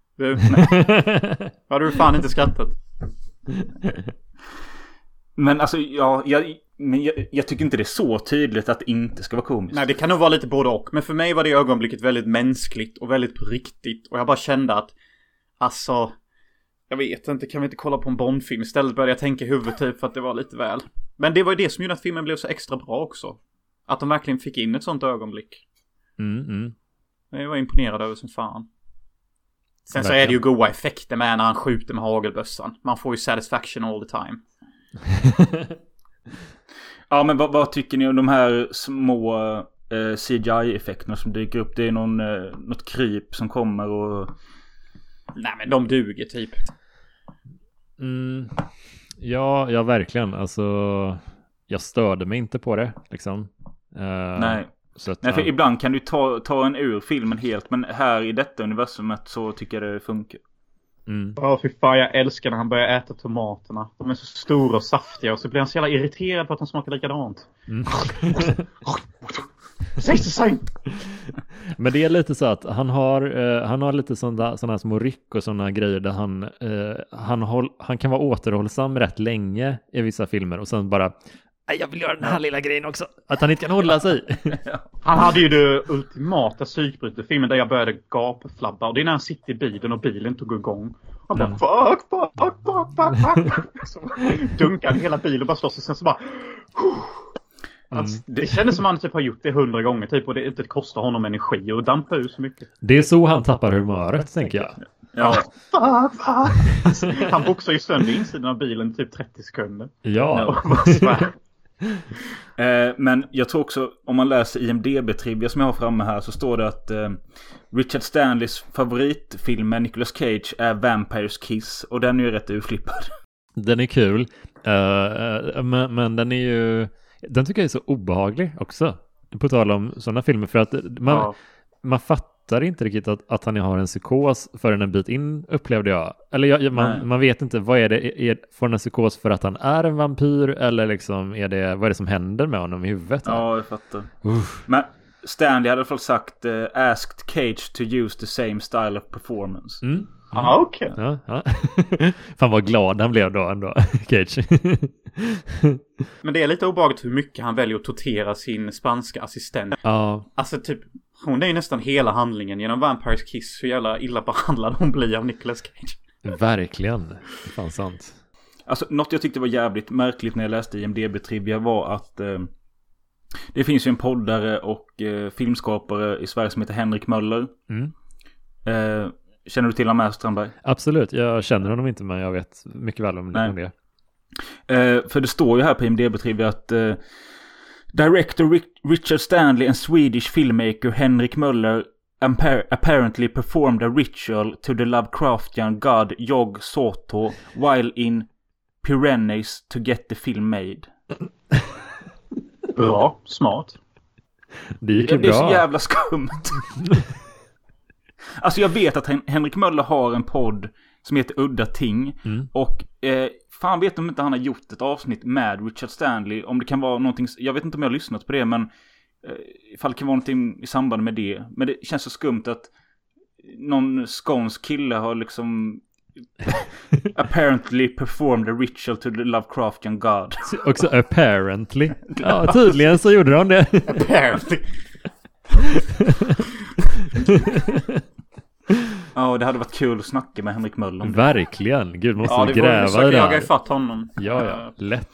Har du fan inte skrattat? Men alltså jag tycker inte det är så tydligt att det inte ska vara komiskt. Nej, det kan nog vara lite både och. Men för mig var det ögonblicket väldigt mänskligt och väldigt på riktigt. Och jag bara kände att alltså, jag vet inte, kan vi inte kolla på en Bondfilm? Istället började jag tänka i huvudet typ för att det var lite väl. Men det var ju det som gjorde att filmen blev så extra bra också. Att de verkligen fick in ett sånt ögonblick. Jag var imponerad över som fan. Sen verkligen. Så är det ju goda effekter med när han skjuter med hagelbössan. Man får ju satisfaction all the time. Ja, men vad tycker ni om de här små CGI-effekterna som dyker upp? Det är något kryp som kommer och... Nej, men de duger typ. Ja, verkligen. Alltså, jag störde mig inte på det liksom. Nej. Så att, nej, för ibland kan du ta en ur filmen helt. Men här i detta universumet så tycker jag det funkar. Ja, fy fan, jag älskar när han börjar äta tomaterna. De är så stora och saftiga. Och så blir han så jävla irriterad på att de smakar likadant. Men det är lite så att han har lite sådana små ryck och sådana grejer där han kan vara återhållsam rätt länge i vissa filmer och sen bara jag vill göra den här lilla grejen också. Att han inte kan hålla sig. Han hade ju det ultimata psykbryterfilmen där jag började gapflabba. Och det är när han sitter i bilen och bilen tog igång. Han bara fuck. Så dunkar hela bilen och bara slåss och sen så bara... Alltså, det kändes som han typ har gjort det 100 gånger typ. Och det inte kostar honom energi och dampa ur så mycket. Det är så han tappar humöret, tänker jag. Ja. Fuck. Han boxar ju sönder insidan av bilen typ 30 sekunder. Ja. Men jag tror också, om man läser IMDb-trivia som jag har framme här, så står det att Richard Stanleys favoritfilm med Nicolas Cage är Vampires Kiss. Och den är ju rätt urflippad. Den är kul. Men den är ju... Den tycker jag är så obehaglig också. På tal om sådana filmer. För att man fattar inte riktigt att han har en psykos förrän en bit in, upplevde jag. Eller man vet inte, vad är det? Får han en psykos för att han är en vampyr? Eller liksom, vad är det som händer med honom i huvudet? Ja, jag fattar. Men Stanley hade i alla fall sagt asked Cage to use the same style of performance. Okej. Ja. Fan vad glad han blev då ändå, Cage. Men det är lite obehagligt hur mycket han väljer att tortera sin spanska assistent. Ja. Alltså typ, hon är ju nästan hela handlingen genom Vampires Kiss. Hur jävla illa behandlad hon blir av Nicolas Cage. Verkligen, det är fan sant. Alltså något jag tyckte var jävligt märkligt när jag läste IMDb-trivia var att det finns ju en poddare och filmskapare i Sverige som heter Henrik Möller. Känner du till honom med, Strandberg? Absolut, jag känner honom inte, men jag vet mycket väl om det. För det står ju här på IMDb-trivia att director Richard Stanley and Swedish filmmaker Henrik Möller apparently performed a ritual to the Lovecraftian god Yog Sotho while in Pyrenees to get the film made. Bra, smart. Det gick ju bra. Det är så jävla skumt. Alltså jag vet att Henrik Möller har en podd som heter Udda Ting. Och fan vet om inte han har gjort ett avsnitt med Richard Stanley. Om det kan vara någonting, jag vet inte om jag har lyssnat på det, men ifall det kan vara någonting i samband med det. Men det känns så skumt att någon skånsk kille har liksom apparently performed a ritual to the Lovecraftian god. Också apparently. Ja, tydligen så gjorde de det. Apparently. Ja, det hade varit kul att snacka med Henrik Möller. Verkligen. Gud, måste ja, det gräva får i det jag här. har fatt honom. Ja, lätt.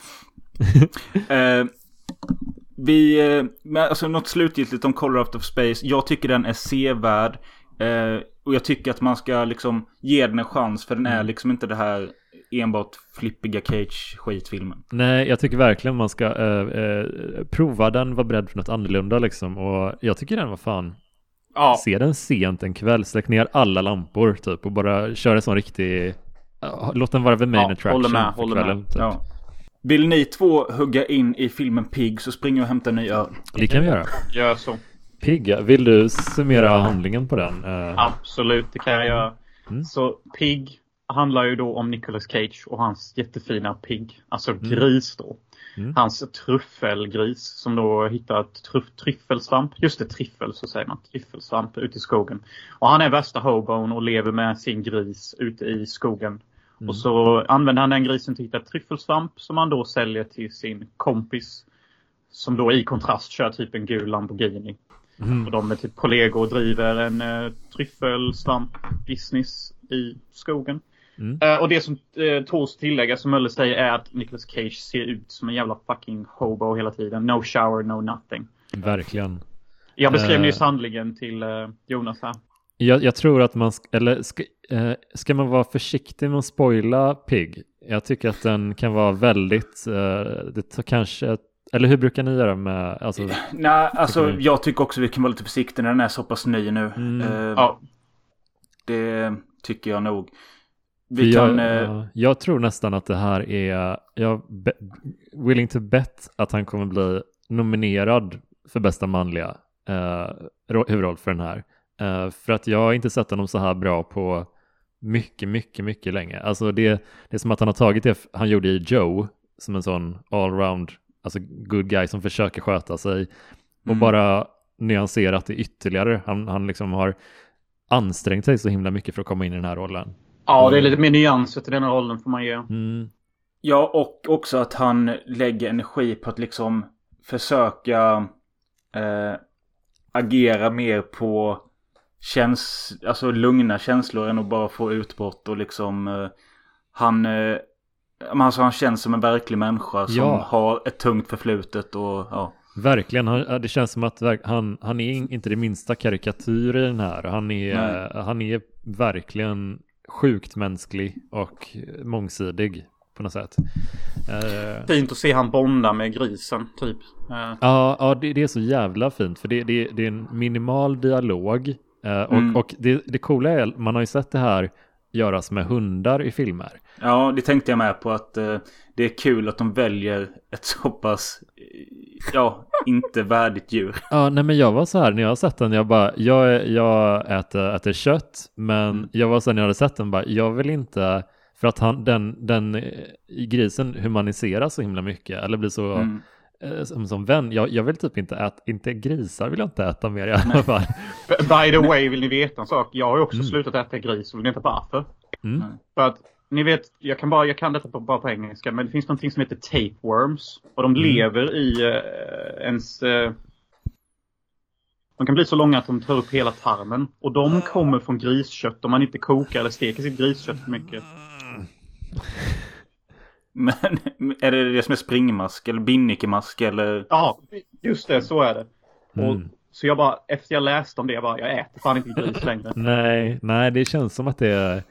Men alltså något slutgiltigt om Color Out of Space. Jag tycker den är sevärd. Och jag tycker att man ska liksom ge den en chans. För den är liksom inte det här enbart flippiga Cage-skitfilmen. Nej, jag tycker verkligen man ska prova den, vara beredd för något annorlunda liksom. Och jag tycker den var fan. Se den sent en kväll, släck ner alla lampor typ och bara köra en sån riktig låt den vara the main attraction. Håller med. Typ. Ja. Vill ni två hugga in i filmen Pig så springer jag och hämtar en ny öl. Det kan vi göra. Gör så. Pig, vill du summera handlingen på den? Absolut, det kan jag göra. Så Pig handlar ju då om Nicolas Cage och hans jättefina pig, alltså gris då. Hans tryffelgris som då hittar ett tryffelsvamp. Just det, tryffel så säger man. Tryffelsvamp ute i skogen. Och han är värsta hobon och lever med sin gris ute i skogen. Och så använder han den grisen till att hitta ett tryffelsvamp som han då säljer till sin kompis. Som då i kontrast kör typ en gul Lamborghini. Och de är typ kollegor och driver en tryffelsvamp-business i skogen. Och det som tåls tillägga som Möller säger är att Nicolas Cage ser ut som en jävla fucking hobo hela tiden. No shower, no nothing. Verkligen. Jag beskrev nyss handlingen till Jonas här. Jag tror att man ska man vara försiktig med att spoila Pig. Jag tycker att den kan vara väldigt kanske. Eller hur brukar ni göra med Nej, alltså jag tycker också vi kan vara lite försiktiga när den är så pass ny nu. Det tycker jag nog. Jag tror nästan att det här är willing to bet att han kommer bli nominerad för bästa manliga huvudroll för den här. För att jag har inte sett honom så här bra på mycket, mycket, mycket länge. Alltså det är som att han har tagit det han gjorde i Joe som en sån allround, alltså good guy som försöker sköta sig och bara nyanserat det ytterligare. Han liksom har ansträngt sig så himla mycket för att komma in i den här rollen. Ja, det är lite mer nyanser till den här rollen får man ge. Ja, och också att han lägger energi på att liksom försöka agera mer på alltså lugna känslor än att bara få utbrott och liksom han känns som en verklig människa som har ett tungt förflutet och ja. Verkligen, det känns som att han är inte det minsta karikatyr i den här. Han är verkligen sjukt mänsklig och mångsidig på något sätt. Fint att se han bonda med grisen typ. Ja, det är så jävla fint för det är en minimal dialog och det coola är man har ju sett det här göras med hundar i filmer. Ja, det tänkte jag med på att det är kul att de väljer ett så pass inte värdigt djur. Ja, nej men jag var så här när jag har sett den, jag äter kött, men jag var så här när jag hade sett den bara, jag vill inte för att den grisen humaniseras så himla mycket eller blir så som vän. Jag vill typ inte grisar vill jag inte äta mer i alla fall. By the way, vill ni veta en sak? Jag har ju också slutat äta gris och vill ni veta varför? För att ni vet, jag kan detta bara på engelska, men det finns någonting som heter tapeworms och de lever i de kan bli så långa att de tar upp hela tarmen och de kommer från griskött om man inte kokar eller steker sitt griskött för mycket. Men är det som är springmask eller binnikemask eller? Ja, just det, så är det. Och så jag bara, efter jag läste om det, jag äter fan inte gris längre. Nej, det känns som att det är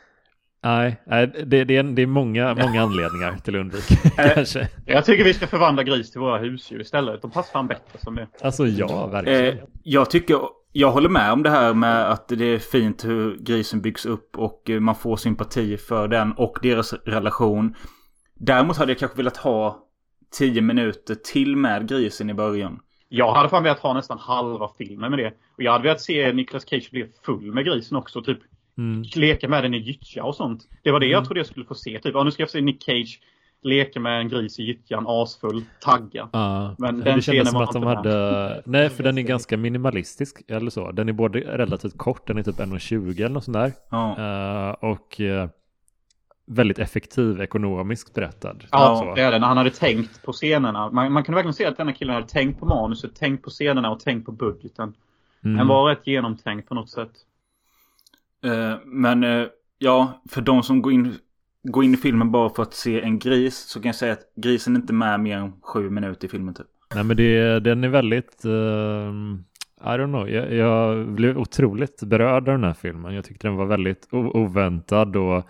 det är många anledningar till att undvika kanske. Jag tycker vi ska förvandla gris till våra husdjur istället. De passar fan bättre som det. Alltså ja, verkligen. Jag håller med om det här med att det är fint hur grisen byggs upp och man får sympati för den och deras relation. Däremot hade jag kanske velat ha 10 minuter till med grisen i början. Jag hade fan velat ha nästan halva filmen med det. Och jag hade velat se Nicolas Cage bli full med grisen också. Typ leka med den i gyttja och sånt. Det var det jag trodde jag skulle få se. Typ, nu ska jag se Nick Cage leka med en gris i gyttjan, asfull, tagga. Men det kändes som att de hade... Nej, för den är ganska minimalistisk eller så. Den är både relativt kort, den är typ 1,20 eller något sånt där. Och väldigt effektiv ekonomiskt berättad. Ja, det är det. När han hade tänkt på scenerna. Man kan verkligen se att den här killen hade tänkt på manuset, tänkt på scenerna och tänkt på budgeten. Den var rätt genomtänkt på något sätt. Men för de som går in i filmen bara för att se en gris, så kan jag säga att grisen inte är med mer än 7 minuter i filmen typ. Nej, men den är väldigt I don't know, jag blev otroligt berörd av den här filmen. Jag tyckte den var väldigt oväntad och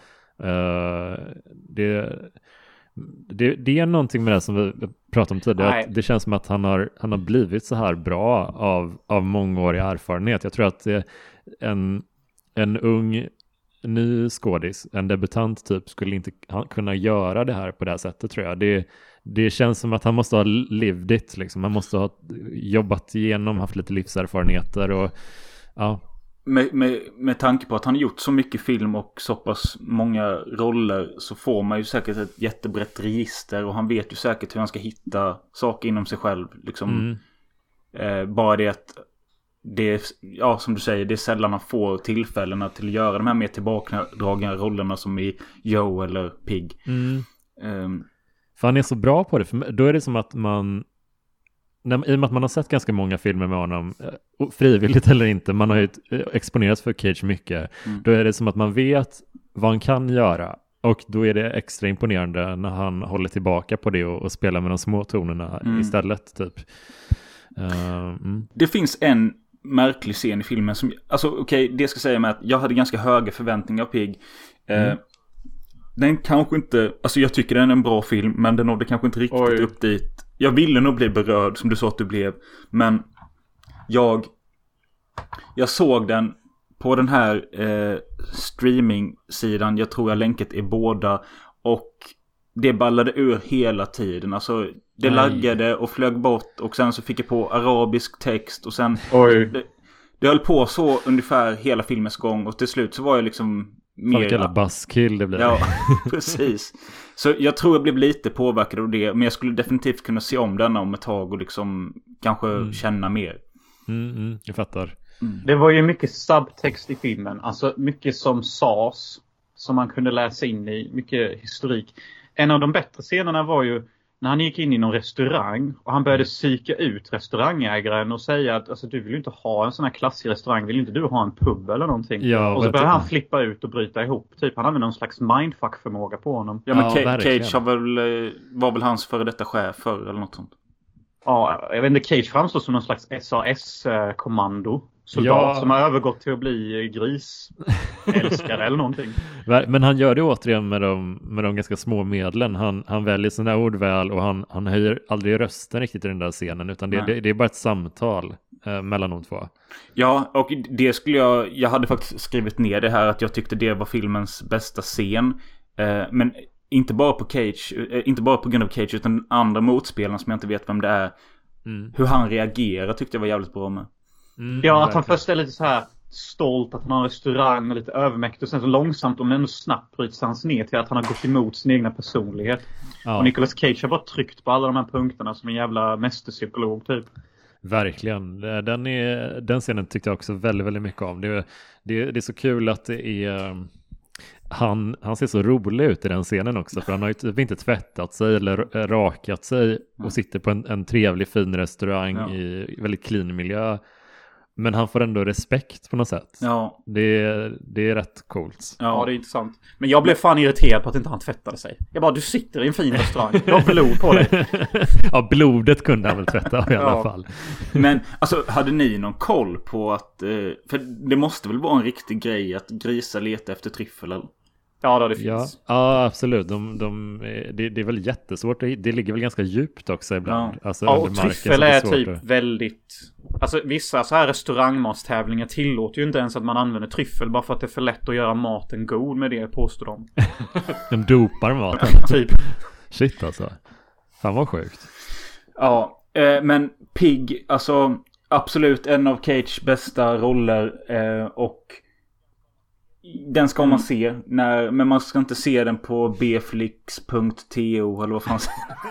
det är någonting med det som vi pratade om tidigare. Att det känns som att han har blivit så här bra av mångårig erfarenhet. Jag tror att en ung ny skådis, en debutant typ, skulle inte kunna göra det här på det här sättet, tror jag. Det känns som att han måste ha lived it, liksom. Han måste ha jobbat igenom, haft lite livserfarenheter och ja. Med tanke på att han har gjort så mycket film och så pass många roller, så får man ju säkert ett jättebrett register, och han vet ju säkert hur han ska hitta saker inom sig själv liksom. Bara det att som du säger, det är sällan han får tillfällena till att göra de här mer tillbakadragna rollerna som i Joe eller Pig. För han är så bra på det. För då är det som att man, i och med att man har sett ganska många filmer med honom, frivilligt eller inte, man har ju exponerats för Cage mycket, då är det som att man vet vad han kan göra, och då är det extra imponerande när han håller tillbaka på det och spelar med de små tonerna istället typ. Det finns en märklig scen i filmen som, alltså det ska säga med att jag hade ganska höga förväntningar av Pig. Den kanske inte, alltså jag tycker den är en bra film, men den nådde kanske inte riktigt upp dit. Jag ville nog bli berörd, som du sa att du blev, men jag såg den på den här streaming-sidan. Jag tror jag länkat i båda, och det ballade ur hela tiden. Alltså det laggade och flög bort, och sen så fick jag på arabisk text, och sen det höll på så ungefär hela filmens gång, och till slut så var jag liksom mer jävla buzzkill det blev. Ja, precis. Så jag tror jag blev lite påverkad av det, men jag skulle definitivt kunna se om denna om ett tag och liksom kanske känna mer. Jag fattar. Det var ju mycket subtext i filmen, alltså mycket som sades, som man kunde läsa in i, mycket historik. En av de bättre scenerna var ju när han gick in i någon restaurang och han började psyka ut restaurangägaren och säga att alltså, du vill ju inte ha en sån här klassig restaurang, vill inte du ha en pub eller någonting? Ja, och så började han flippa ut och bryta ihop. Typ han hade någon slags mindfuck-förmåga på honom. Ja, men Cage var väl hans före detta chef för eller något sånt. Ja, jag vet inte, Cage framstår som någon slags SAS-kommando. Soldat som har övergått till att bli grisälskare eller någonting. Men han gör det återigen med de ganska små medlen. Han väljer sina ord väl, och han höjer aldrig rösten riktigt i den där scenen, utan det är bara ett samtal mellan de två. Ja, och det skulle jag hade faktiskt skrivit ner det här, att jag tyckte det var filmens bästa scen. Men inte bara på grund av Cage, utan den andra motspelaren som jag inte vet vem det är. Hur han reagerar tyckte jag var jävligt bra med. Ja, att han först är lite så här stolt att han har en restaurang och lite övermäktig, och sen så långsamt och ändå snabbt bryts hans ner till att han har gått emot sin egna personlighet. Och Nicolas Cage har bara tryckt på alla de här punkterna som en jävla mästerpsykolog typ. Verkligen. Den scenen tyckte jag också väldigt, väldigt mycket om. Det är så kul att det är... Han ser så rolig ut i den scenen också, för han har ju typ inte tvättat sig eller rakat sig och sitter på en trevlig fin restaurang i väldigt clean miljö. Men han får ändå respekt på något sätt. Ja. Det är rätt coolt. Ja, det är intressant. Men jag blev fan irriterad på att inte han tvättade sig. Jag bara, du sitter i en fin restaurang. Du har blod på dig. Ja, blodet kunde han väl tvätta i alla fall. Men alltså, hade ni någon koll på att... För det måste väl vara en riktig grej att grisar letar efter tryffel, eller? Ja, då det finns. Ja, absolut. Det är väl jättesvårt. Det ligger väl ganska djupt också ibland. Ja, alltså, och tryffel är typ väldigt... Alltså vissa så här restaurangmatstävlingar tillåter ju inte ens att man använder tryffel, bara för att det är för lätt att göra maten god med det, påstår de. De dopar maten. Typ. Shit alltså. Fan vad sjukt. Ja, men Pig, alltså absolut en av Cages bästa roller, och den ska man se men man ska inte se den på bflix.to eller vad fan.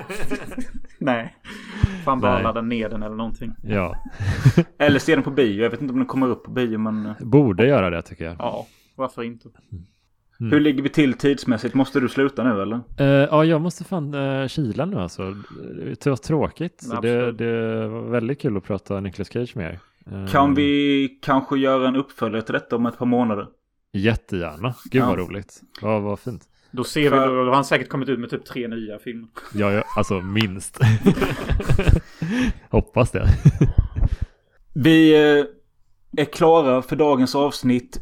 Nej. Fan bara ladda ner den eller någonting. Ja. Eller se den på bio. Jag vet inte om den kommer upp på bio, men... Borde göra det, tycker jag. Ja, varför inte? Hur ligger vi till tidsmässigt? Måste du sluta nu eller? Ja, jag måste fan kila nu alltså. Det var tråkigt. Det var väldigt kul att prata Nicolas Cage med er. Kan vi kanske göra en uppföljare till detta om ett par månader? Jättegärna. Gud vad roligt. Vad fint. Då ser vi, då har han säkert kommit ut med typ 3 nya filmer. Ja, alltså minst. Hoppas det. Vi är klara för dagens avsnitt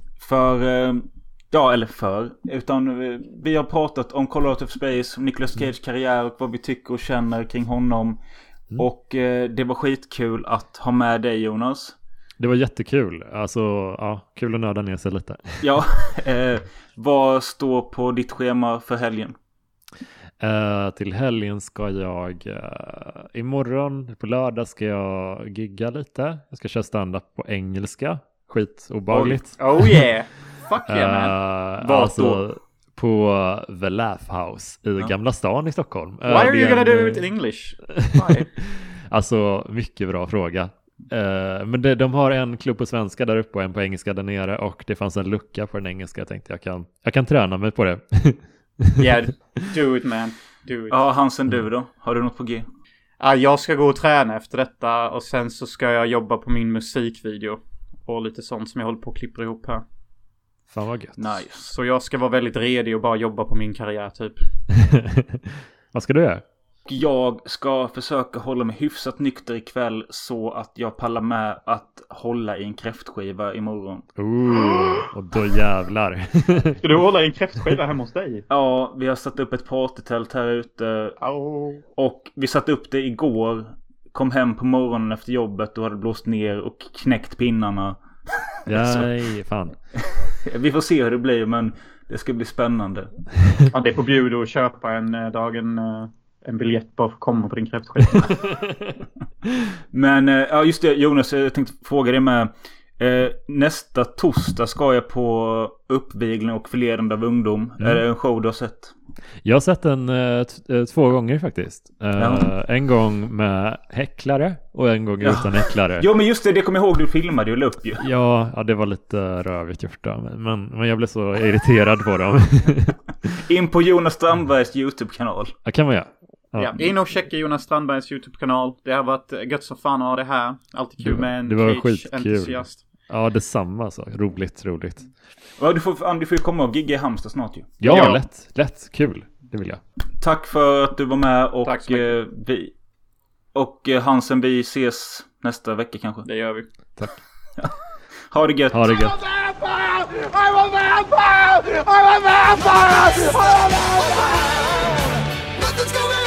utan vi har pratat om Color Out of Space, om Nicolas Cage karriär och vad vi tycker och känner kring honom. Och det var skitkul att ha med dig, Jonas. Det var jättekul. Alltså, ja, kul att nörda ner sig lite. Ja, vad står på ditt schema för helgen? Till helgen ska jag imorgon på lördag ska jag gigga lite. Jag ska köra stand-up på engelska. Skitobehagligt. Oh yeah. Fuck yeah man. Alltså på The Laugh House i Gamla stan i Stockholm. Why are you gonna do it in English? Why? Alltså mycket bra fråga. Men de har en klubb på svenska där uppe och en på engelska där nere. Och det fanns en lucka på den engelska. Jag tänkte jag kan träna mig på det. Yeah, do it man. Do it. Ja, Hansen, du då? Har du något på G? Jag ska gå och träna efter detta. Och sen så ska jag jobba på min musikvideo. Och lite sånt som jag håller på att klippa ihop här. Fan vad gött. Nice. Så jag ska vara väldigt redig och bara jobba på min karriär typ. Vad ska du göra? Jag ska försöka hålla mig hyfsat nykter ikväll så att jag pallar med att hålla i en kräftskiva imorgon. Och då jävlar. Ska du hålla i en kräftskiva hemma hos dig? Ja, vi har satt upp ett partytält här ute. Och vi satte upp det igår. Kom hem på morgonen efter jobbet och hade blåst ner och knäckt pinnarna. Nej, fan. Vi får se hur det blir, men det ska bli spännande. Ja, det är på bjud att köpa en biljett bara för att komma på din kräftskiva. Men ja, just det, Jonas, jag tänkte fråga dig med. Nästa torsdag ska jag på uppvigling och förledande av ungdom. Är det en show du har sett? Jag har sett den 2 gånger faktiskt. En gång med häcklare och en gång utan häcklare. Jo, men just det kommer jag ihåg, du filmade och la upp ju. Ja, det var lite rövigt gjort då. Men jag blev så irriterad på dem. In på Jonas Strandbergs YouTube-kanal. Ja, kan man göra. Ja, in och checka Jonas Strandbergs YouTube-kanal. Det har varit gött som fan att ha det här. Alltid kul med en Cage-entusiast. Ja, detsamma alltså. Roligt. Ja, du får ju komma och gigga i Halmstad snart ju. Ja, lätt. Kul. Det vill jag. Tack för att du var med och Hansen, vi ses nästa vecka kanske. Det gör vi. Tack. Ha det gött. I'm a vampire! Nothing's going on!